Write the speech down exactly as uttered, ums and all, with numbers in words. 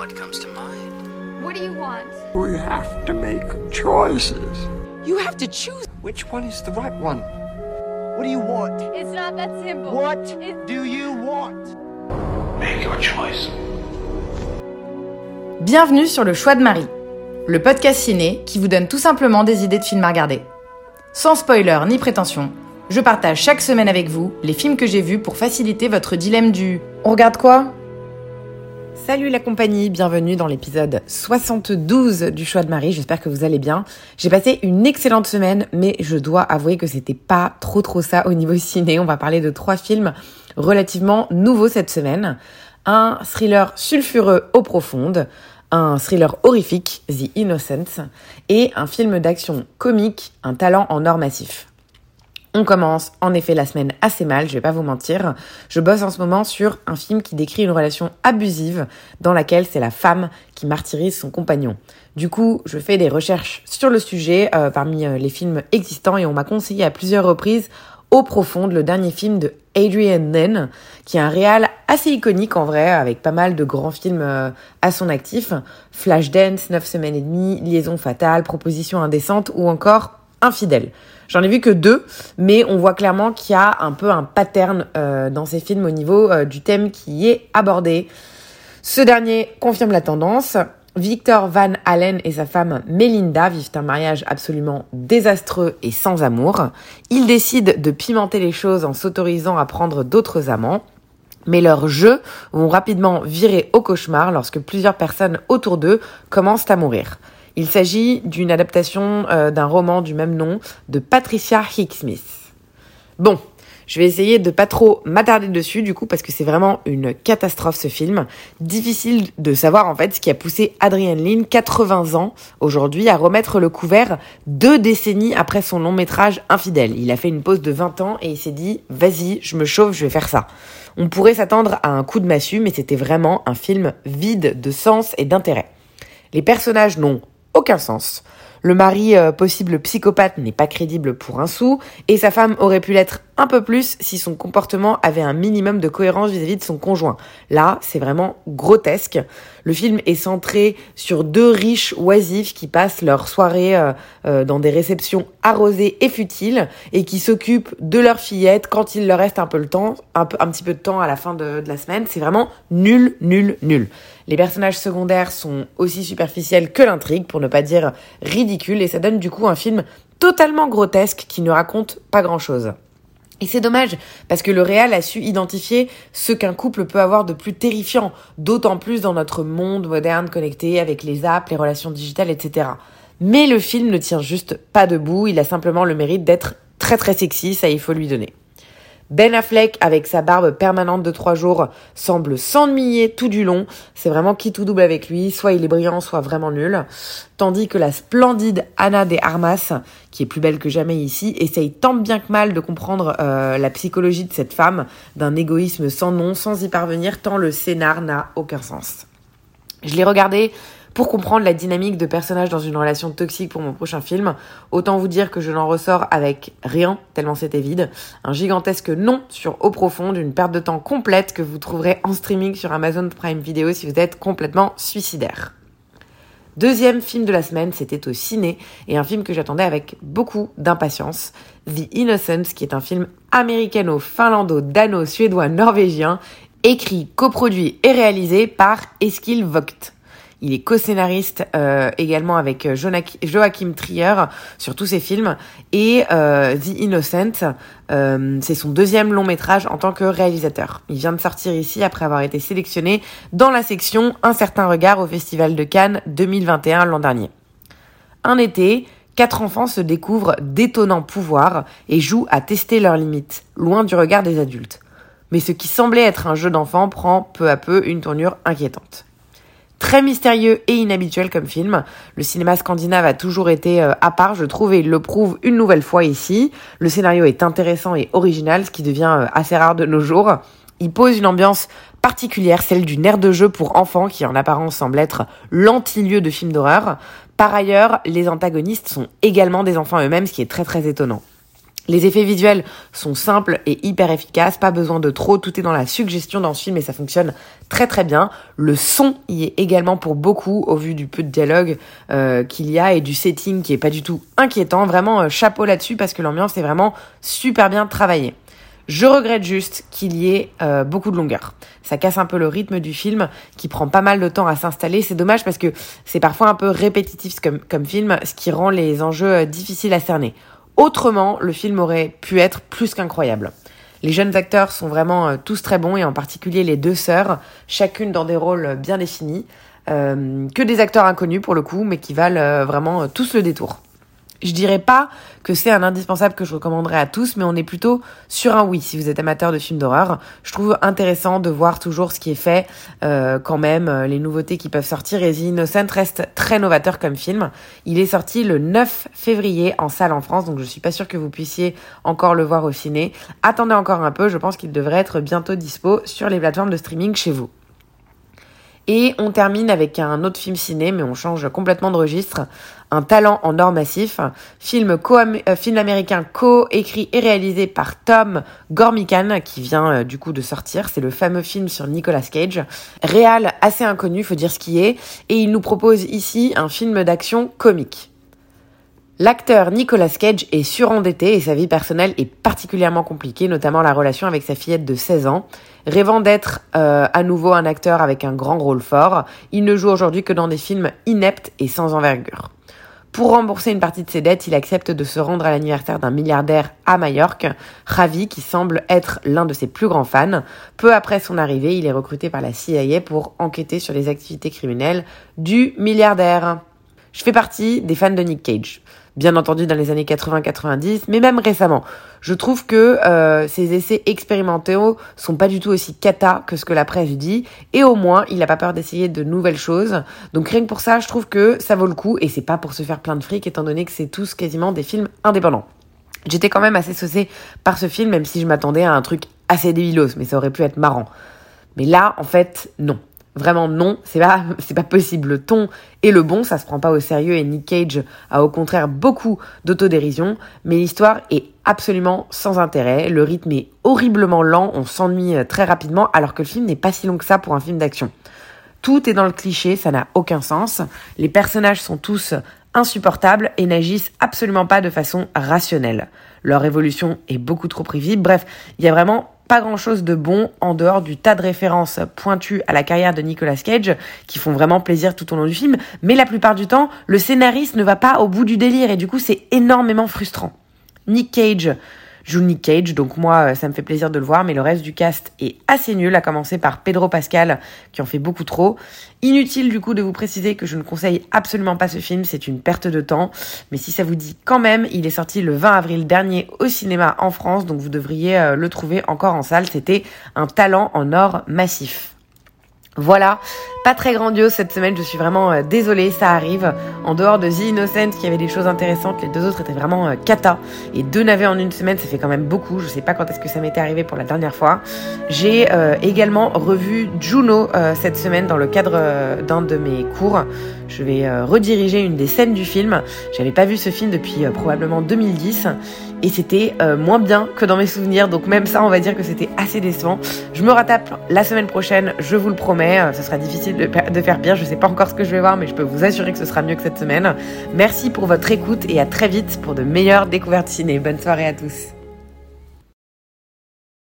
what comes to mind? What do you want? We have to make choices. You have to choose. Which one is the right one? What do you want? It's not that simple. What It's... do you want? Make your choice. Bienvenue sur Le Choix de Marie, le podcast ciné qui vous donne tout simplement des idées de films à regarder. Sans spoiler ni prétention, je partage chaque semaine avec vous les films que j'ai vus pour faciliter votre dilemme du « on regarde quoi ?» Salut la compagnie, bienvenue dans l'épisode soixante-douze du Choix de Marie, j'espère que vous allez bien. J'ai passé une excellente semaine, mais je dois avouer que c'était pas trop trop ça au niveau ciné. On va parler de trois films relativement nouveaux cette semaine. Un thriller sulfureux eau profonde, un thriller horrifique, The Innocents, et un film d'action comique, Un talent en or massif. On commence en effet la semaine assez mal, je vais pas vous mentir. Je bosse en ce moment sur un film qui décrit une relation abusive dans laquelle c'est la femme qui martyrise son compagnon. Du coup, je fais des recherches sur le sujet euh, parmi euh, les films existants et on m'a conseillé à plusieurs reprises Eau profonde, le dernier film de Adrian Lyne, qui est un réal assez iconique en vrai, avec pas mal de grands films euh, à son actif. Flashdance, neuf semaines et demie, Liaison fatale, Proposition indécente ou encore Infidèle. J'en ai vu que deux, mais on voit clairement qu'il y a un peu un pattern euh, dans ces films au niveau euh, du thème qui y est abordé. Ce dernier confirme la tendance. Victor Van Allen et sa femme Melinda vivent un mariage absolument désastreux et sans amour. Ils décident de pimenter les choses en s'autorisant à prendre d'autres amants. Mais leurs jeux vont rapidement virer au cauchemar lorsque plusieurs personnes autour d'eux commencent à mourir. Il s'agit d'une adaptation euh, d'un roman du même nom de Patricia Highsmith. Bon, je vais essayer de pas trop m'attarder dessus du coup parce que c'est vraiment une catastrophe ce film. Difficile de savoir en fait ce qui a poussé Adrian Lyne, quatre-vingts ans aujourd'hui, à remettre le couvert deux décennies après son long métrage Infidèle. Il a fait une pause de vingt ans et il s'est dit « Vas-y, je me chauffe, je vais faire ça ». On pourrait s'attendre à un coup de massue mais c'était vraiment un film vide de sens et d'intérêt. Les personnages n'ont aucun sens. Le mari euh, possible psychopathe n'est pas crédible pour un sou et sa femme aurait pu l'être un peu plus si son comportement avait un minimum de cohérence vis-à-vis de son conjoint. Là, c'est vraiment grotesque. Le film est centré sur deux riches oisifs qui passent leur soirée euh, euh, dans des réceptions arrosées et futiles et qui s'occupent de leur fillette quand il leur reste un peu le temps, un, peu, un petit peu de temps à la fin de, de la semaine. C'est vraiment nul, nul, nul. Les personnages secondaires sont aussi superficiels que l'intrigue, pour ne pas dire ridicule, et ça donne du coup un film totalement grotesque qui ne raconte pas grand-chose. Et c'est dommage, parce que le réal a su identifier ce qu'un couple peut avoir de plus terrifiant, d'autant plus dans notre monde moderne connecté avec les apps, les relations digitales, et cetera. Mais le film ne tient juste pas debout, il a simplement le mérite d'être très très sexy, ça il faut lui donner. Ben Affleck, avec sa barbe permanente de trois jours, semble s'ennuyer tout du long. C'est vraiment qui tout double avec lui. Soit il est brillant, soit vraiment nul. Tandis que la splendide Ana de Armas, qui est plus belle que jamais ici, essaye tant bien que mal de comprendre euh, la psychologie de cette femme, d'un égoïsme sans nom, sans y parvenir, tant le scénar n'a aucun sens. Je l'ai regardé pour comprendre la dynamique de personnages dans une relation toxique pour mon prochain film. Autant vous dire que je n'en ressors avec rien, tellement c'était vide. Un gigantesque non sur Eau profonde, une perte de temps complète que vous trouverez en streaming sur Amazon Prime Video si vous êtes complètement suicidaire. Deuxième film de la semaine, c'était au ciné, et un film que j'attendais avec beaucoup d'impatience. The Innocents, qui est un film américano-finlando-dano-suédois-norvégien, écrit, coproduit et réalisé par Eskil Vogt. Il est co-scénariste euh, également avec Joachim Trier sur tous ses films. Et euh, The Innocent, euh, c'est son deuxième long métrage en tant que réalisateur. Il vient de sortir ici après avoir été sélectionné dans la section Un certain regard au Festival de Cannes deux mille vingt et un l'an dernier. Un été, quatre enfants se découvrent d'étonnants pouvoirs et jouent à tester leurs limites, loin du regard des adultes. Mais ce qui semblait être un jeu d'enfant prend peu à peu une tournure inquiétante. Très mystérieux et inhabituel comme film. Le cinéma scandinave a toujours été euh, à part, je trouve, et il le prouve une nouvelle fois ici. Le scénario est intéressant et original, ce qui devient euh, assez rare de nos jours. Il pose une ambiance particulière, celle d'une aire de jeu pour enfants qui en apparence semble être l'anti-lieu de films d'horreur. Par ailleurs, les antagonistes sont également des enfants eux-mêmes, ce qui est très très étonnant. Les effets visuels sont simples et hyper efficaces, pas besoin de trop, tout est dans la suggestion dans ce film et ça fonctionne très très bien. Le son y est également pour beaucoup au vu du peu de dialogue euh, qu'il y a et du setting qui est pas du tout inquiétant. Vraiment euh, chapeau là-dessus parce que l'ambiance est vraiment super bien travaillée. Je regrette juste qu'il y ait euh, beaucoup de longueur. Ça casse un peu le rythme du film qui prend pas mal de temps à s'installer. C'est dommage parce que c'est parfois un peu répétitif comme, comme film, ce qui rend les enjeux euh, difficiles à cerner. Autrement, le film aurait pu être plus qu'incroyable. Les jeunes acteurs sont vraiment euh, tous très bons et en particulier les deux sœurs, chacune dans des rôles bien définis, euh, que des acteurs inconnus pour le coup, mais qui valent euh, vraiment euh, tous le détour. Je dirais pas que c'est un indispensable que je recommanderais à tous, mais on est plutôt sur un oui si vous êtes amateur de films d'horreur. Je trouve intéressant de voir toujours ce qui est fait, euh, quand même, euh, les nouveautés qui peuvent sortir. Et The Innocent reste très novateur comme film. Il est sorti le neuf février en salle en France, donc je suis pas sûre que vous puissiez encore le voir au ciné. Attendez encore un peu, je pense qu'il devrait être bientôt dispo sur les plateformes de streaming chez vous. Et on termine avec un autre film ciné, mais on change complètement de registre. Un talent en or massif, film, co- euh, film américain co-écrit et réalisé par Tom Gormican, qui vient euh, du coup de sortir. C'est le fameux film sur Nicolas Cage. Réal assez inconnu, faut dire ce qui est. Et il nous propose ici un film d'action comique. L'acteur Nicolas Cage est surendetté et sa vie personnelle est particulièrement compliquée, notamment la relation avec sa fillette de seize ans. Rêvant d'être euh, à nouveau un acteur avec un grand rôle fort, il ne joue aujourd'hui que dans des films ineptes et sans envergure. Pour rembourser une partie de ses dettes, il accepte de se rendre à l'anniversaire d'un milliardaire à Majorque, Javi, qui semble être l'un de ses plus grands fans. Peu après son arrivée, il est recruté par la C I A pour enquêter sur les activités criminelles du milliardaire. Je fais partie des fans de Nick Cage. Bien entendu dans les années quatre-vingts quatre-vingt-dix, mais même récemment. Je trouve que euh, ces essais expérimentaux sont pas du tout aussi cata que ce que la presse dit, et au moins, il a pas peur d'essayer de nouvelles choses. Donc rien que pour ça, je trouve que ça vaut le coup, et c'est pas pour se faire plein de fric, étant donné que c'est tous quasiment des films indépendants. J'étais quand même assez saucée par ce film, même si je m'attendais à un truc assez débilos, mais ça aurait pu être marrant. Mais là, en fait, non. Vraiment non, c'est pas, c'est pas possible. Le ton est le bon, ça se prend pas au sérieux et Nick Cage a au contraire beaucoup d'autodérision, mais l'histoire est absolument sans intérêt. Le rythme est horriblement lent, on s'ennuie très rapidement alors que le film n'est pas si long que ça pour un film d'action. Tout est dans le cliché, ça n'a aucun sens. Les personnages sont tous insupportables et n'agissent absolument pas de façon rationnelle. Leur évolution est beaucoup trop prévisible. Bref, il y a vraiment pas grand-chose de bon en dehors du tas de références pointues à la carrière de Nicolas Cage qui font vraiment plaisir tout au long du film, mais la plupart du temps, le scénariste ne va pas au bout du délire et du coup, c'est énormément frustrant. Nick Cage joue Nick Cage, donc moi, ça me fait plaisir de le voir, mais le reste du cast est assez nul, à commencer par Pedro Pascal, qui en fait beaucoup trop. Inutile du coup de vous préciser que je ne conseille absolument pas ce film, c'est une perte de temps, mais si ça vous dit quand même, il est sorti le vingt avril dernier au cinéma en France, donc vous devriez euh, le trouver encore en salle, c'était un talent en or massif. Voilà, pas très grandiose cette semaine, je suis vraiment euh, désolée, ça arrive. En dehors de The Innocent, qui avait des choses intéressantes, les deux autres étaient vraiment euh, cata. Et deux navets en une semaine, ça fait quand même beaucoup. Je sais pas quand est-ce que ça m'était arrivé pour la dernière fois. J'ai euh, également revu Juno euh, cette semaine dans le cadre euh, d'un de mes cours. Je vais euh, rediriger une des scènes du film. J'avais pas vu ce film depuis euh, probablement deux mille dix. Et c'était euh, moins bien que dans mes souvenirs, donc même ça, on va dire que c'était assez décevant. Je me rattrape la semaine prochaine, je vous le promets, euh, ce sera difficile de, de faire pire, je sais pas encore ce que je vais voir, mais je peux vous assurer que ce sera mieux que cette semaine. Merci pour votre écoute et à très vite pour de meilleures découvertes ciné. Bonne soirée à tous.